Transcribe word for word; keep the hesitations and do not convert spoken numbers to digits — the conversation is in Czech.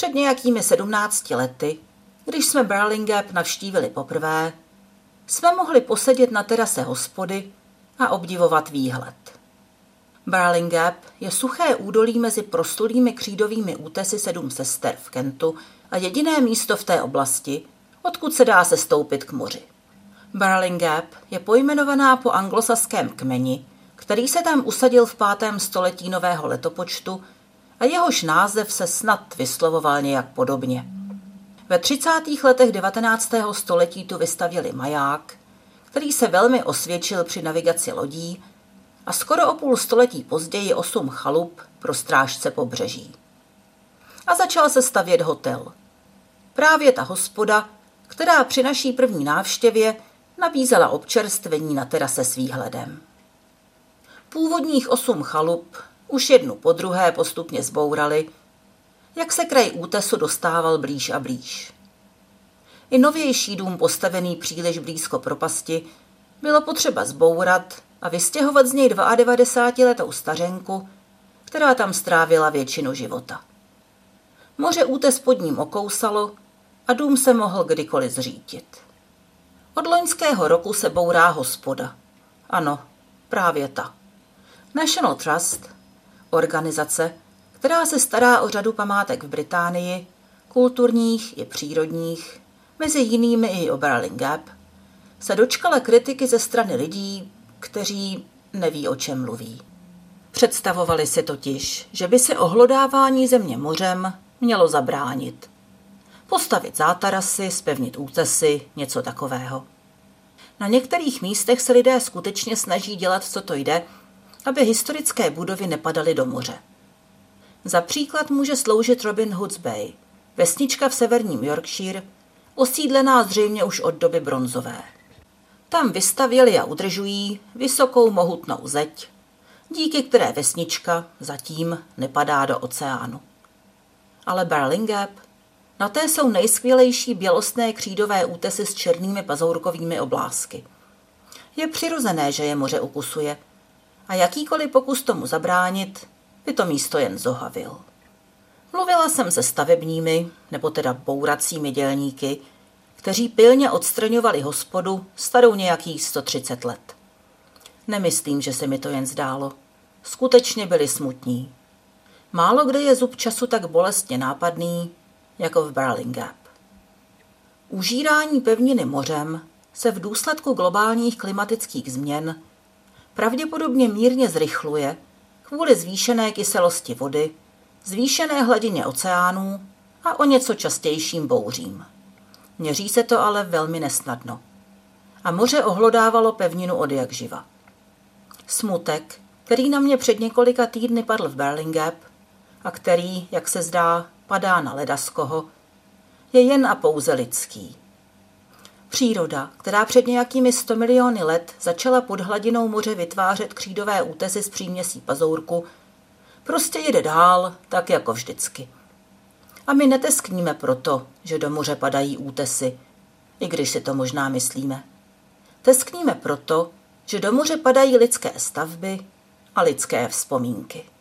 Před nějakými sedmnácti lety, když jsme Barling Gap navštívili poprvé, jsme mohli posedět na terase hospody a obdivovat výhled. Barling Gap je suché údolí mezi proslulými křídovými útesy Sedm sester v Kentu a jediné místo v té oblasti, odkud se dá sestoupit k moři. Barling Gap je pojmenovaná po anglosaském kmeni, který se tam usadil v pátém století nového letopočtu a jehož název se snad vyslovoval nějak podobně. Ve třicátých letech devatenáctého století tu vystavěli maják, který se velmi osvědčil při navigaci lodí, a skoro o půl století později osm chalup pro strážce pobřeží. A začal se stavět hotel. Právě ta hospoda, která při naší první návštěvě nabízela občerstvení na terase s výhledem. Původních osm chalup už jednu po druhé postupně zbourali, jak se kraj útesu dostával blíž a blíž. I novější dům postavený příliš blízko propasti bylo potřeba zbourat a vystěhovat z něj dvaadevadesátletou stařenku, která tam strávila většinu života. Moře útes pod ním okousalo a dům se mohl kdykoliv zřítit. Od loňského roku se bourá hospoda. Ano, právě ta. National Trust, organizace, která se stará o řadu památek v Británii, kulturních i přírodních, mezi jinými i o Barling Gap, se dočkala kritiky ze strany lidí, kteří neví, o čem mluví. Představovali si totiž, že by se ohlodávání země mořem mělo zabránit. Postavit zátarasy, zpevnit útesy, něco takového. Na některých místech se lidé skutečně snaží dělat, co to jde, aby historické budovy nepadaly do moře. Za příklad může sloužit Robin Hood's Bay, vesnička v severním Yorkshire, osídlená zřejmě už od doby bronzové. Tam vystavěli a udržují vysokou mohutnou zeď, díky které vesnička zatím nepadá do oceánu. Ale Barling Gap, na té jsou nejskvělejší bělostné křídové útesy s černými pazourkovými oblásky. Je přirozené, že je moře ukusuje, a jakýkoliv pokus tomu zabránit, by to místo jen zohavil. Mluvila jsem se stavebními, nebo teda bouracími dělníky, kteří pilně odstraňovali hospodu starou nějakých sto třicet let. Nemyslím, že se mi to jen zdálo. Skutečně byli smutní. Málo kde je zub času tak bolestně nápadný, jako v Barling Gap. Užírání pevniny mořem se v důsledku globálních klimatických změn pravděpodobně mírně zrychluje kvůli zvýšené kyselosti vody, zvýšené hladině oceánů a o něco častějším bouřím. Měří se to ale velmi nesnadno. A moře ohlodávalo pevninu odjakživa. Smutek, který na mě před několika týdny padl v Barling Gap a který, jak se zdá, padá na ledaskoho, je jen a pouze lidský. Příroda, která před nějakými sto miliony let začala pod hladinou moře vytvářet křídové útesy z příměsí pazourku, prostě jede dál, tak jako vždycky. A my neteskníme proto, že do moře padají útesy, i když si to možná myslíme. Teskníme proto, že do moře padají lidské stavby a lidské vzpomínky.